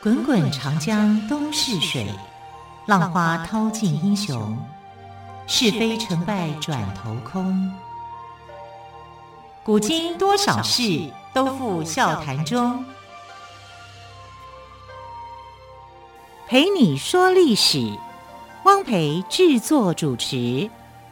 滚滚长江东逝水，浪花淘尽英雄。是非成败转头空。古今多少事，都付笑谈中。陪你说历史，汪培制作主持。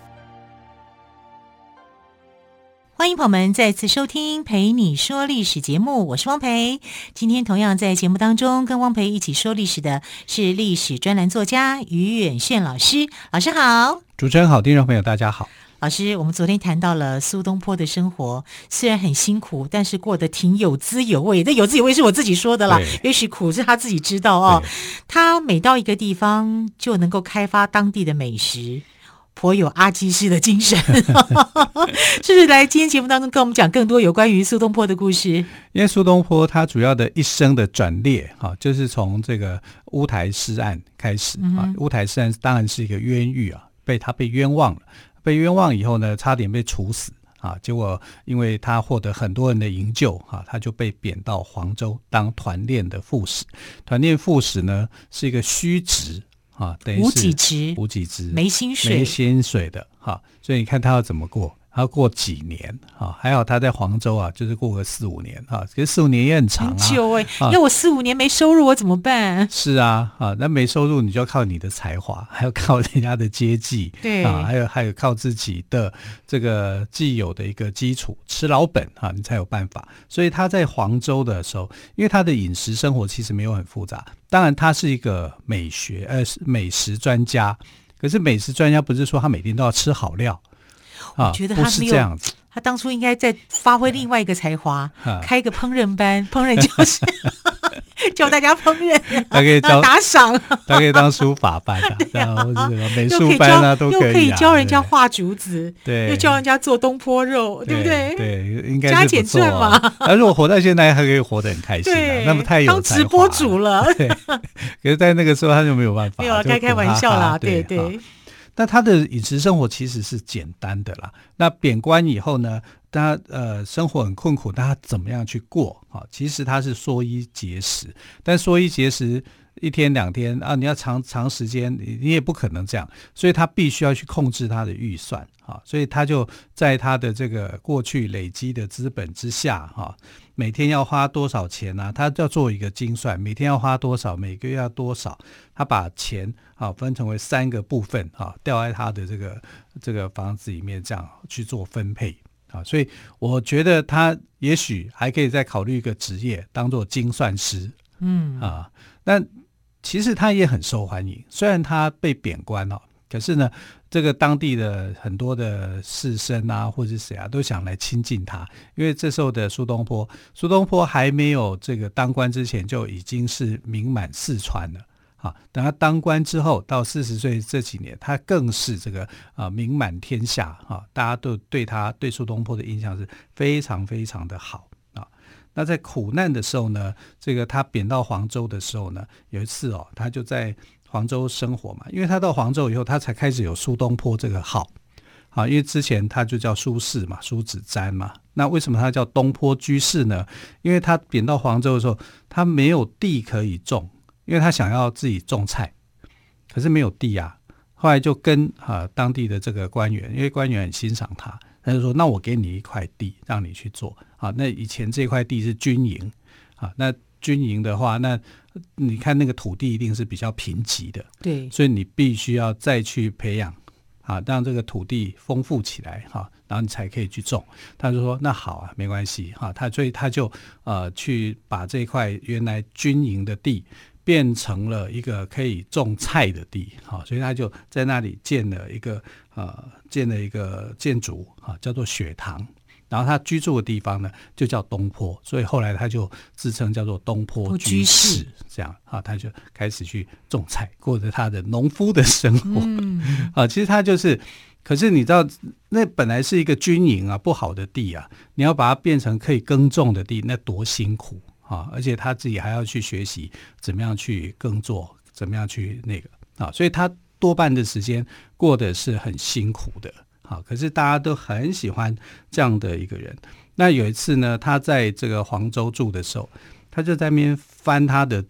欢迎朋友们再次收听陪你说历史节目，我是汪培。今天同样在节目当中跟汪培一起说历史的是历史专栏作家于远炫老师。老师好。 主持人好，听众朋友大家好。 老师，我们昨天谈到了苏东坡的生活，虽然很辛苦，但是过得挺有滋有味。这有滋有味是我自己说的啦，也许苦是他自己知道哦。他每到一个地方就能够开发当地的美食，颇有阿基师的精神。是不是来今天节目当中跟我们讲更多有关于苏东坡的故事？ 因为苏东坡他主要的一生的转捩就是从这个乌台诗案开始乌台诗案当然是一个冤狱他被冤枉了，被冤枉以后呢，差点被处死结果因为他获得很多人的营救他就被贬到黄州当团练的副使。团练副使呢是一个虚职等于是无给职， 没薪水的所以你看他要怎么过？他要过几年还好他在黄州就是过个4-5年可是4-5年也很长很久要我4-5年没收入我怎么办？ 是那没收入你就要靠你的才华，还要靠人家的接济， 对还有靠自己的这个既有的一个基础，吃老本你才有办法。所以他在黄州的时候，因为他的饮食生活其实没有很复杂，当然他是一个美食专家，可是美食专家不是说他每天都要吃好料我觉得他不是这样子。 他当初应该在发挥另外一个才华，开一个烹饪班，烹饪教室教大家烹饪， 他可以打赏， 他可以当书法班或者美术班都可以又可以教人家画竹子， 对， 又教人家做东坡肉，对不对？ 对，应该加减赚嘛。 他如果活到现在，还可以活得很开心那么太有才华了， 当直播主了。 对，可是在那个时候他就没有办法， 没有开玩笑啦，对。 那他的饮食生活其实是简单的啦。那贬官以后呢，他生活很困苦，他怎么样去过其实他是缩衣节食，但缩衣节食1天2天你要长时间你也不可能这样，所以他必须要去控制他的预算所以他就在他的这个过去累积的资本之下每天要花多少钱他要做一个精算，每天要花多少，每个月要多少，他把钱分成为3个部分调在他的这个房子里面，这样去做分配所以我觉得他也许还可以再考虑一个职业，当做精算师那其实他也很受欢迎，虽然他被贬官可是呢这个当地的很多的士绅或者谁都想来亲近他，因为这时候的苏东坡还没有这个当官之前就已经是名满四川了等他当官之后到40岁这几年，他更是这个名满天下大家都对苏东坡的印象是非常非常的好那在苦难的时候呢，这个他贬到黄州的时候呢，有一次他就在黄州生活嘛，因为他到黄州以后，他才开始有苏东坡这个号因为之前他就叫苏轼嘛，苏子瞻嘛。那为什么他叫东坡居士呢？因为他贬到黄州的时候，他没有地可以种，因为他想要自己种菜，可是没有地后来就跟当地的这个官员，因为官员很欣赏他就说那我给你一块地让你去做那以前这块地是军营那军营的话，那你看那个土地一定是比较贫瘠的， 对， 所以你必须要再去培养让这个土地丰富起来然后你才可以去种。他就说那好没关系所以他就去把这块原来军营的地变成了一个可以种菜的地所以他就在那里建了一个建筑叫做雪堂。然后他居住的地方呢就叫东坡，所以后来他就自称叫做东坡居士，这样他就开始去种菜，过着他的农夫的生活其实他就是可是你知道那本来是一个军营不好的地你要把它变成可以耕种的地，那多辛苦而且他自己还要去学习怎么样去耕作，怎么样去那个所以他多半的时间过得是很辛苦的可是大家都很喜欢这样的一个人。那有一次呢，他在这个黄州住的时候，他就在那边翻他的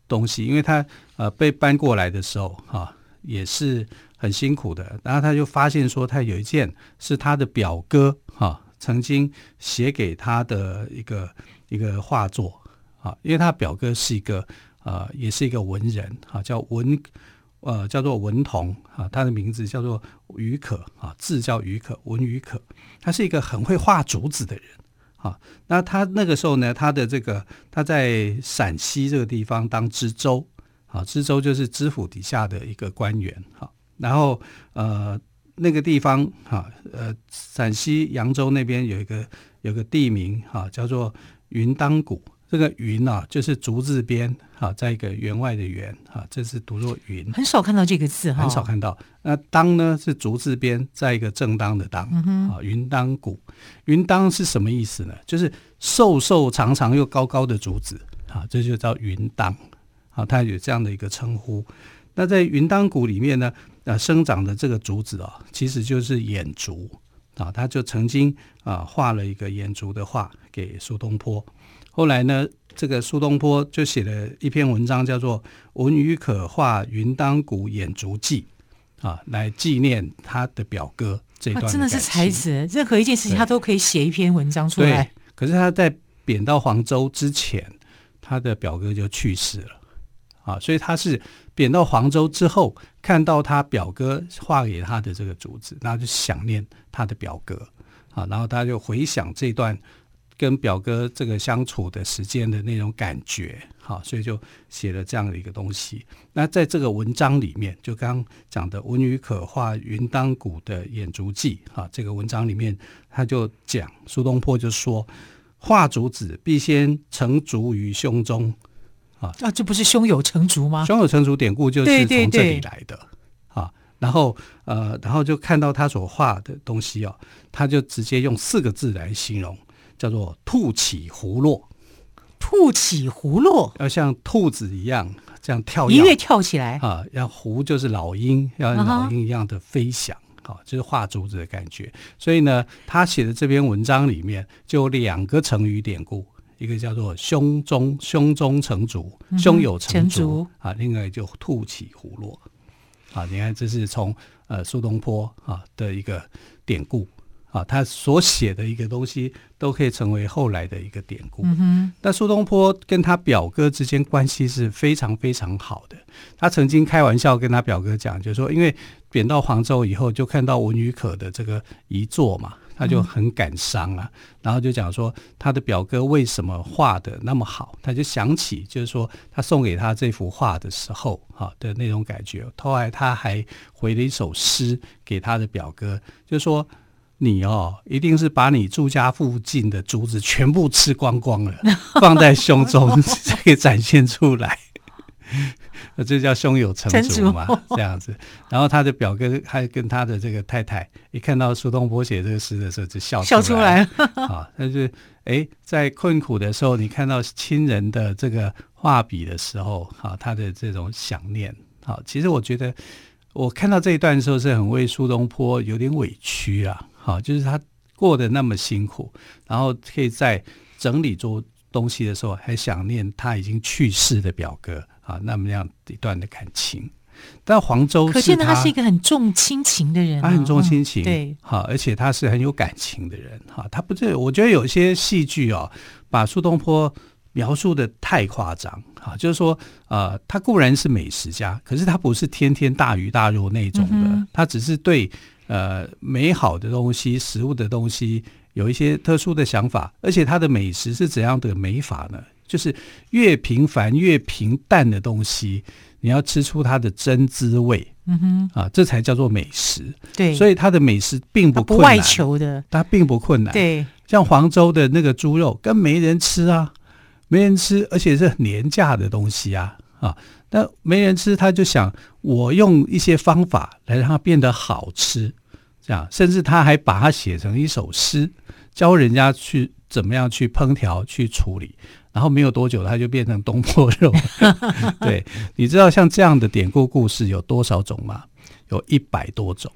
东西，因为他被搬过来的时候也是很辛苦的，然后他就发现说他有一件是他的表哥曾经写给他的一个画作因为他表哥是一个也是一个文人叫做文同他的名字叫做于可字叫于可，文于可，他是一个很会画竹子的人那他那个时候呢，他在陕西这个地方当知州知州就是知府底下的一个官员然后那个地方陕西扬州那边有个地名叫做云当谷，这个云就是竹字边在一个员外的员这是读作云， 很少看到这个字很少看到。那当呢是竹字边在一个正当的当云当谷。云当是什么意思呢？就是瘦瘦长长又高高的竹子这就叫云当它有这样的一个称呼。那在云当谷里面呢生长的这个竹子其实就是眼竹他就曾经画了一个眼竹的画给苏东坡。后来呢，这个苏东坡就写了一篇文章，叫做《文于可画云当谷眼竹记》来纪念他的表哥这一段的真的是才子，任何一件事情他都可以写一篇文章出来。 对，可是他在贬到黄州之前，他的表哥就去世了所以他是贬到黄州之后，看到他表哥画给他的这个竹子，然后就想念他的表哥然后他就回想这段跟表哥这个相处的时间的那种感觉所以就写了这样的一个东西。那在这个文章里面，就刚刚讲的文于可画云当谷的眼竹记这个文章里面他就讲，苏东坡就说画竹子必先成竹于胸中这不是胸有成竹吗？ 胸有成竹典故就是从这里来的然后就看到他所画的东西他就直接用4个字来形容，叫做兔起胡落。 兔起胡落， 要像兔子一样这样跳跃， 一跃跳起来要胡就是老鹰，要像老鹰一样的飞翔就是画竹子的感觉。所以呢，他写的这篇文章里面就有2个成语典故，一个叫做胸中成竹，胸有成竹另外就兔起胡落你看这是从苏东坡的一个典故他所写的一个东西都可以成为后来的一个典故。那苏东坡跟他表哥之间关系是非常非常好的。他曾经开玩笑跟他表哥讲，就是说因为贬到黄州以后就看到文于可的这个遗作嘛，他就很感伤然后就讲说他的表哥为什么画的那么好，他就想起就是说他送给他这幅画的时候的那种感觉。后来他还回了一首诗给他的表哥，就是说你一定是把你住家附近的竹子全部吃光光了，放在胸中才可以展现出来这叫胸有成竹嘛这样子。然后他的表哥还跟他的这个太太一看到苏东坡写这个诗的时候就笑出来但是在困苦的时候，你看到亲人的这个画笔的时候他的这种想念其实我觉得我看到这一段的时候是很为苏东坡有点委屈就是他过得那么辛苦，然后可以在整理做东西的时候还想念他已经去世的表哥那么样一段的感情。但黄州可见他是一个很重亲情的人他很重亲情对而且他是很有感情的人他不是，我觉得有些戏剧把苏东坡描述的太夸张就是说他固然是美食家，可是他不是天天大鱼大肉那种的他只是对美好的东西食物的东西有一些特殊的想法。而且他的美食是怎样的美法呢？就是越平凡越平淡的东西你要吃出它的真滋味这才叫做美食。 对， 所以他的美食并不困难， 不外求的， 他并不困难。 对， 像黄州的那个猪肉跟没人吃没人吃，而且是很廉价的东西那没人吃，他就想我用一些方法来让它变得好吃，这样甚至他还把它写成一首诗，教人家去怎么样去烹调去处理，然后没有多久它就变成东坡肉对，你知道像这样的典故故事有多少种吗？有100多种。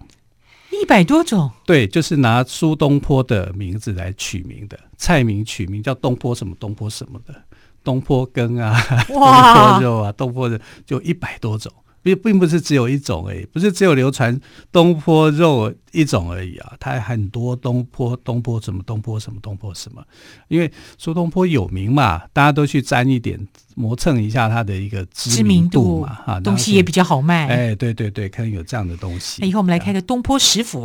100多种？ 对，就是拿苏东坡的名字来取名的，菜名取名叫东坡什么东坡什么的东坡羹啊，东哇坡肉啊，东坡的就100多种。并不是只有一种而已，不是只有流传东坡肉一种而已啊，它还很多东坡什么东坡什么东坡什么，因为苏东坡有名嘛，大家都去沾一点磨蹭一下他的一个知名度嘛，啊， 东西也比较好卖。 哎，对对对，可能有这样的东西。 以后我们来开个东坡食府。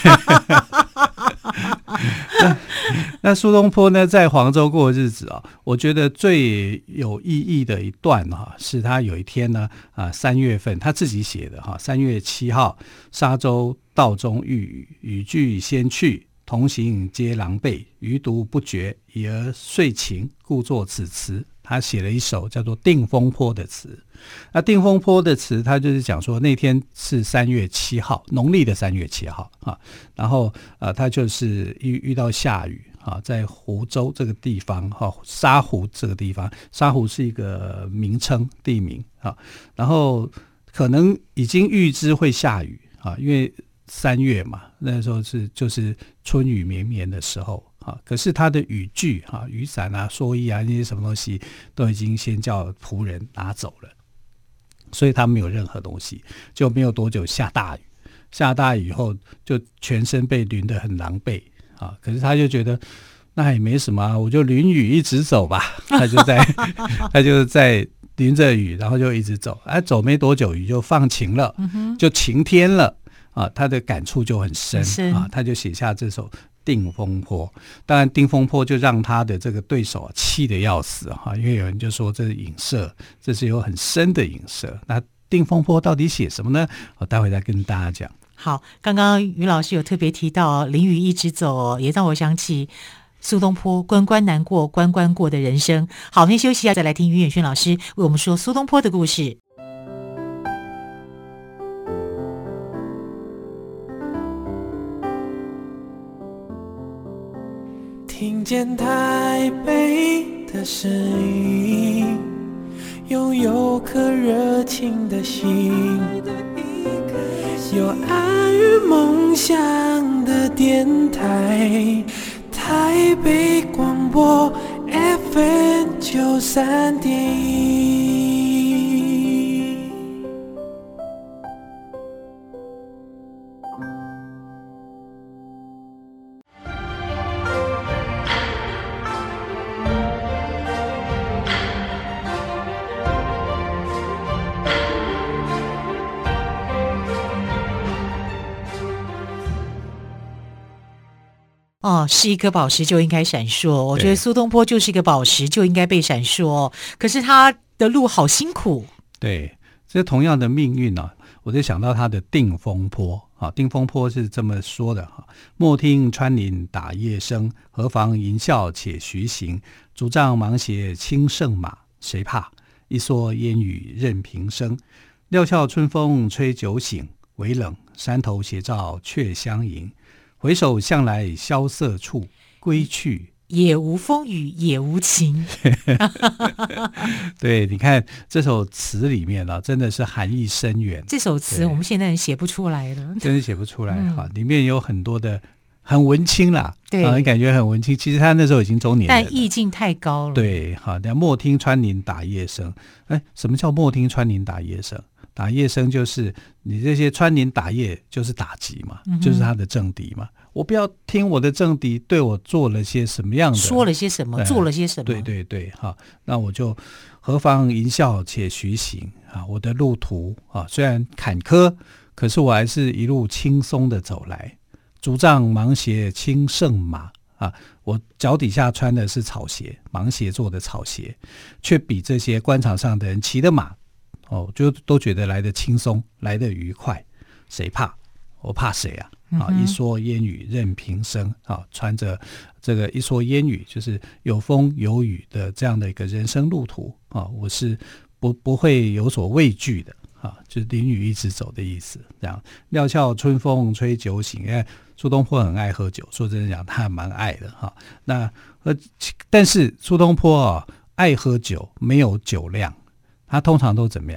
那苏东坡呢，在黄州过日子啊，我觉得最有意义的一段哈，是他有一天呢，3月份他自己写的哈，3月7号，沙洲道中遇雨，雨具先去，同行皆狼狈，余独不觉，已而遂晴，故作此词。他写了一首叫做《定风波》的词。那《定风波》的词，他就是讲说那天是3月7号，农历的3月7号啊。然后他就是遇到下雨啊，在湖州这个地方哈，沙湖这个地方，沙湖是一个名称地名啊。然后可能已经预知会下雨啊，因为3月嘛，那时候就是春雨绵绵的时候。可是他的雨具雨伞啊、蓑衣啊那些什么东西都已经先叫仆人拿走了，所以他没有任何东西，就没有多久下大雨以后就全身被淋得很狼狈可是他就觉得那也没什么我就淋雨一直走吧，他就在淋着雨，然后就一直走，走没多久雨就放晴了，就晴天了他的感触就很深他就写下这首定风波。当然定风波就让他的这个对手气得要死因为有人就说这是影射，这是有很深的影射。那定风波到底写什么呢？我待会再跟大家讲。 好，刚刚于老师有特别提到淋雨一直走也让我想起苏东坡关关难过关关过的人生。好，我们先休息一下，再来听于远轩老师为我们说苏东坡的故事。 听见台北的声音，拥有颗热情的心，有爱与梦想的电台，台北广播 FM93.1。 是一颗宝石就应该闪烁，我觉得苏东坡就是一个宝石就应该被闪烁，可是他的路好辛苦。 对，这同样的命运我就想到他的定风波定风波是这么说的莫听穿林打叶声，何妨吟啸且徐行，竹杖芒鞋轻胜马，谁怕？一蓑烟雨任平生，料峭春风吹酒醒，微冷山头斜照却相迎。回首向来萧瑟处，归去也无风雨也无晴。 对，你看这首词里面真的是含义深远。 这首词我们现在人写不出来了， 真的写不出来里面有很多的很文青啦， 对你感觉很文青，其实他那时候已经中年人了， 但意境太高了。 对，莫听穿林打叶声。什么叫莫听穿林打叶声？打叶声就是你这些穿林打叶就是打击嘛，就是他的政敌嘛。我不要听我的政敌对我做了些什么样的， 说了些什么，做了些什么。 对对对，那我就何妨吟啸且徐行我的路途虽然坎坷，可是我还是一路轻松的走来。竹杖芒鞋轻胜马我脚底下穿的是草鞋，芒鞋做的草鞋，却比这些官场上的人骑的马就都觉得来得轻松，来得愉快。谁怕？我怕谁啊？一蓑烟雨任平生穿着这个一蓑烟雨，就是有风有雨的这样的一个人生路途我是不会有所畏惧的就是淋雨一直走的意思。这样料峭春风吹酒醒，因为苏东坡很爱喝酒，说真的讲他还蛮爱的但是苏东坡爱喝酒，没有酒量，他通常都怎么样？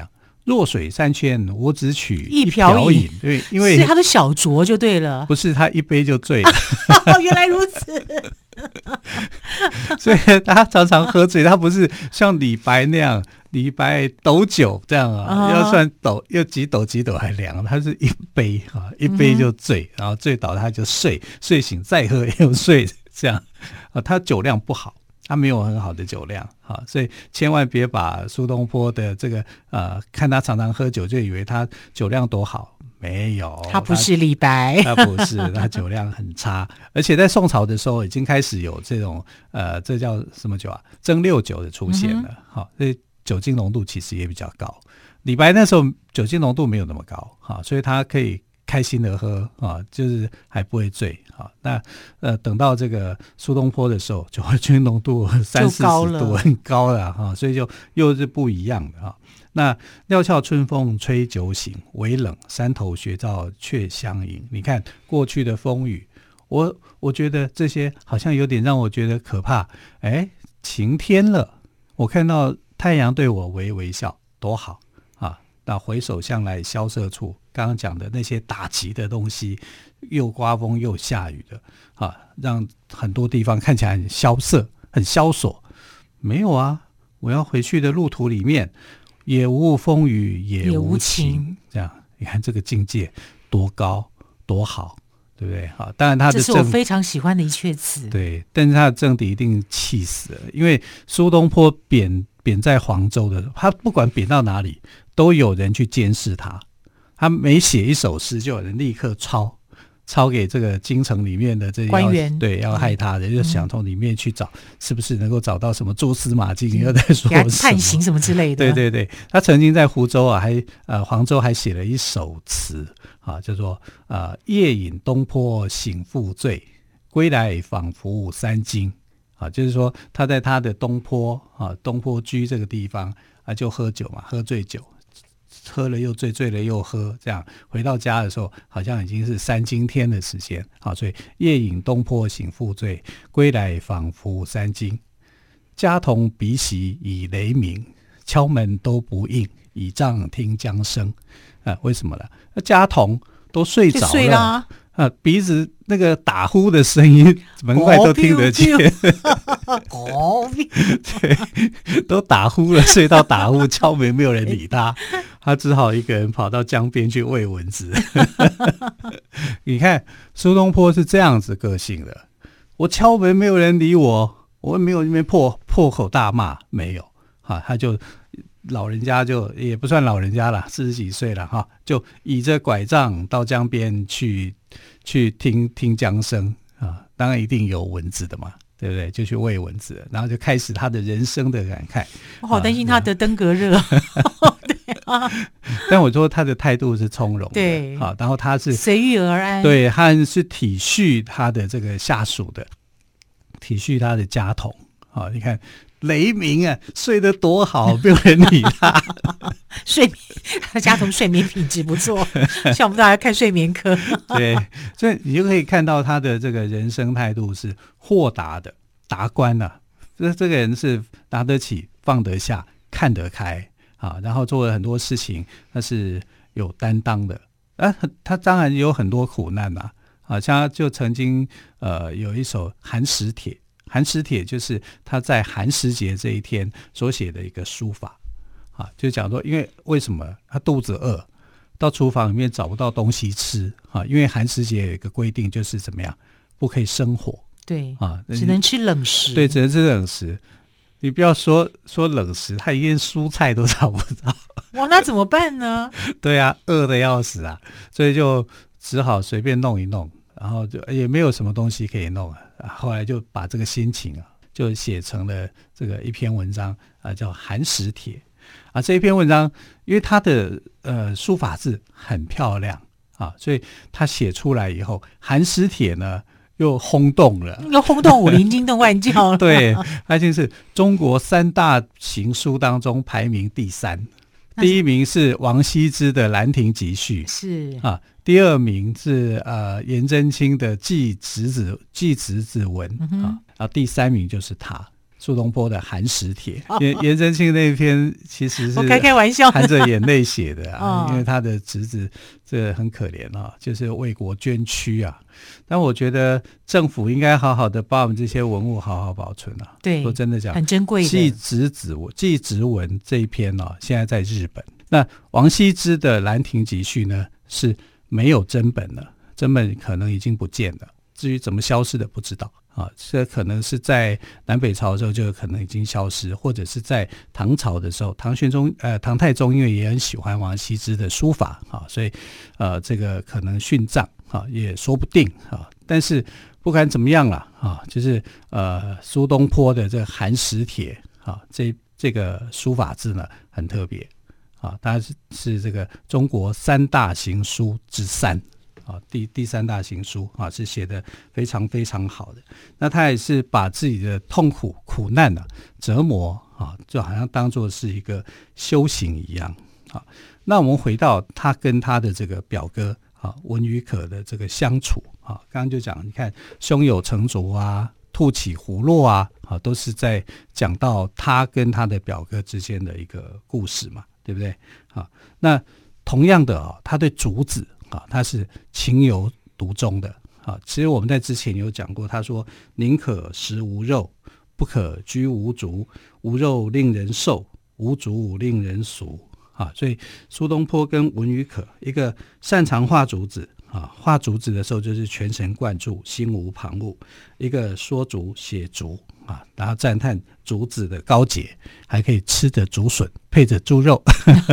弱水三千，我只取一瓢饮。 对，因为是他的小酌就对了， 不是他一杯就醉了。 原来如此。 所以他常常喝醉，他不是像李白那样，李白斗酒这样啊，要算斗，又几斗几斗还凉，他是一杯啊，一杯就醉，然后醉倒他就睡，睡醒再喝又睡，这样啊，他酒量不好。他没有很好的酒量啊，所以千万别把苏东坡的这个看他常常喝酒就以为他酒量多好，没有， 他不是李白， 他不是，他酒量很差，而且在宋朝的时候已经开始有这种这叫什么酒啊？蒸馏酒的出现了，好，所以酒精浓度其实也比较高。李白那时候酒精浓度没有那么高，哈，所以他可以开心的喝啊，就是还不会醉啊。那等到这个苏东坡的时候，酒精浓度30-40度，很高了哈，所以就又是不一样的哈。那料峭春风吹酒醒，微冷山头雪照却相迎。你看过去的风雨，我觉得这些好像有点让我觉得可怕。哎，晴天了，我看到太阳对我微微笑，多好啊！那回首向来萧瑟处，刚刚讲的那些打击的东西，又刮风又下雨的啊，让很多地方看起来很萧瑟、很萧索。没有啊，我要回去的路途里面，也无风雨也无晴。这样，你看这个境界多高多好，对不对？好，当然他的这是我非常喜欢的一阙词。 对，但是他的政敌一定气死了，因为苏东坡贬在黄州的，他不管贬到哪里，都有人去监视他。他每写一首诗，就有人立刻抄给这个京城里面的这些官员， 对，要害他的，就想从里面去找，是不是能够找到什么蛛丝马迹，又在说给他判刑什么之类的。 对对对，他曾经在湖州啊，黄州还写了一首词啊，叫做夜饮东坡醒复醉，归来仿佛三更啊，就是说他在他的东坡居这个地方啊，就喝酒嘛，喝醉酒。喝了又醉，醉了又喝，这样回到家的时候，好像已经是3更天的时间。好，所以夜饮东坡醒复醉，归来仿佛3更。家童鼻息已雷鸣，敲门都不应，倚杖听江声。为什么呢？家童都睡着了。鼻子那个打呼的声音，门外都听得见。对，都打呼了，睡到打呼，敲门没有人理他，他只好一个人跑到江边去喂蚊子。你看苏东坡是这样子个性的，我敲门没有人理我，我没有那边破口大骂，没有啊，他就。老人家就也不算老人家了，40几岁了哈，就倚着拐杖到江边去听江声啊，当然一定有蚊子的嘛，对不对？就去喂蚊子，然后就开始他的人生的感慨。 我好担心他得登革热。对啊， 但我说他的态度是从容的， 对， 好，然后他是随遇而安， 对，他是体恤他的这个下属的，体恤他的家童。好，你看。雷鸣啊，睡得多好，没有人理他。 睡眠，家童睡眠品质不错，像我们大家看睡眠科。 对，所以你就可以看到他的这个人生态度是豁达的，达观啊。这个人是拿得起、放得下、看得开啊，然后做了很多事情，他是有担当的。他当然有很多苦难啊，像他就曾经有一首《寒食帖》。寒食帖就是他在寒食节这一天所写的一个书法啊，就讲说，因为为什么他肚子饿，到厨房里面找不到东西吃啊？因为寒食节有一个规定，就是怎么样，不可以生火， 对啊，只能吃冷食， 对，只能吃冷食。你不要说冷食，他连蔬菜都找不到， 哇，那怎么办呢？ 对啊，饿得要死啊，所以就只好随便弄一弄。然后就也没有什么东西可以弄啊，后来就把这个心情啊，就写成了这个一篇文章啊，叫《寒食帖》啊。这一篇文章，因为他的书法字很漂亮啊，所以他写出来以后，《寒食帖》呢又轰动了， 又轰动武林，惊动万教了。 对，它就是中国3大行书当中排名第3，第一名是王羲之的《兰亭集序》， 是啊。第2名是颜真卿的祭侄子文啊，然后第3名就是他， 苏东坡的《寒食帖》。颜真卿那篇其实是我开玩笑， 含着眼泪写的啊，因为他的侄子这很可怜啊，就是为国捐躯啊。但我觉得政府应该好好的把我们这些文物好好保存啊。 对， 说真的讲， 很珍贵的。 祭侄文这一篇啊，现在在日本。那王羲之的《兰亭集序》呢是没有真本了，真本可能已经不见了。至于怎么消失的不知道啊，这可能是在南北朝的时候就可能已经消失，或者是在唐朝的时候，唐太宗因为也很喜欢王羲之的书法啊，所以这个可能殉葬啊也说不定啊。但是不管怎么样啦啊，就是苏东坡的这个《寒食帖》啊，这个书法字呢很特别啊，它是这个中国三大行书之三。第三大行书啊，是写的非常非常好的。那他也是把自己的痛苦、苦难折磨啊，就好像当作是一个修行一样啊。那我们回到他跟他的这个表哥啊文与可的这个相处啊，刚刚就讲，你看胸有成竹啊，兔起胡落啊，都是在讲到他跟他的表哥之间的一个故事嘛，对不对？啊，那同样的他对竹子。他是情有独钟的啊。其实我们在之前有讲过，他说宁可食无肉，不可居无竹，无肉令人瘦，无竹令人俗啊。所以苏东坡跟文与可，一个擅长画竹子啊，画竹子的时候就是全神贯注，心无旁骛；一个说竹写竹啊，然后赞叹竹子的高洁，还可以吃的竹笋配着猪肉。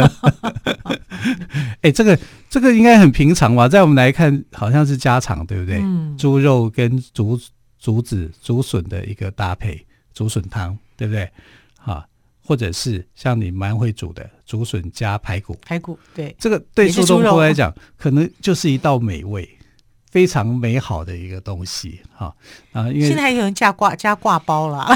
这个应该很平常吧，在我们来看好像是家常，对不对？猪肉跟竹子竹笋的一个搭配，竹笋汤，对不对？啊，或者是像你蛮会煮的竹笋加排骨， 对， 这个对苏东坡来讲可能就是一道美味，非常美好的一个东西啊。因为现在还有人加挂包啦。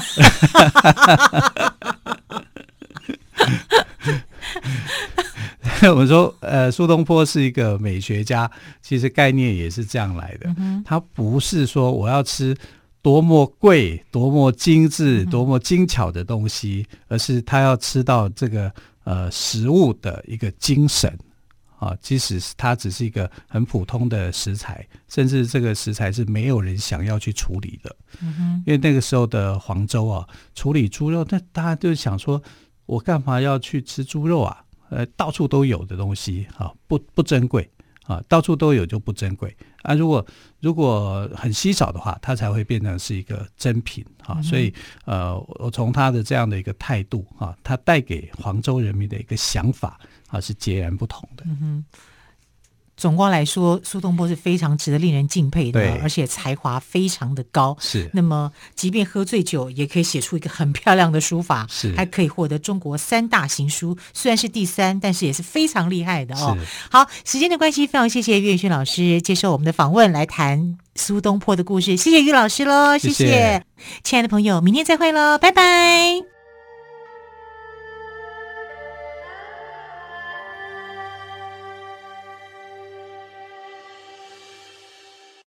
我们说苏东坡是一个美学家，其实概念也是这样来的。他不是说我要吃多么贵多么精致多么精巧的东西，而是他要吃到这个食物的一个精神啊。即使它只是一个很普通的食材，甚至这个食材是没有人想要去处理的。因为那个时候的黄州啊，处理猪肉，那大家就想说，我干嘛要去吃猪肉啊？到处都有的东西啊，不珍贵啊，到处都有就不珍贵啊。如果很稀少的话，它才会变成是一个珍品啊。所以我从他的这样的一个态度啊，他带给黄州人民的一个想法啊，是截然不同的。 总观来说，苏东坡是非常值得令人敬佩的，而且才华非常的高。 是， 那么即便喝醉酒，也可以写出一个很漂亮的书法， 是， 还可以获得中国三大行书，虽然是第三，但是也是非常厉害的哦。好，时间的关系，非常谢谢岳轩老师接受我们的访问，来谈苏东坡的故事。谢谢岳老师喽，谢谢。亲爱的朋友，明天再会喽，拜拜。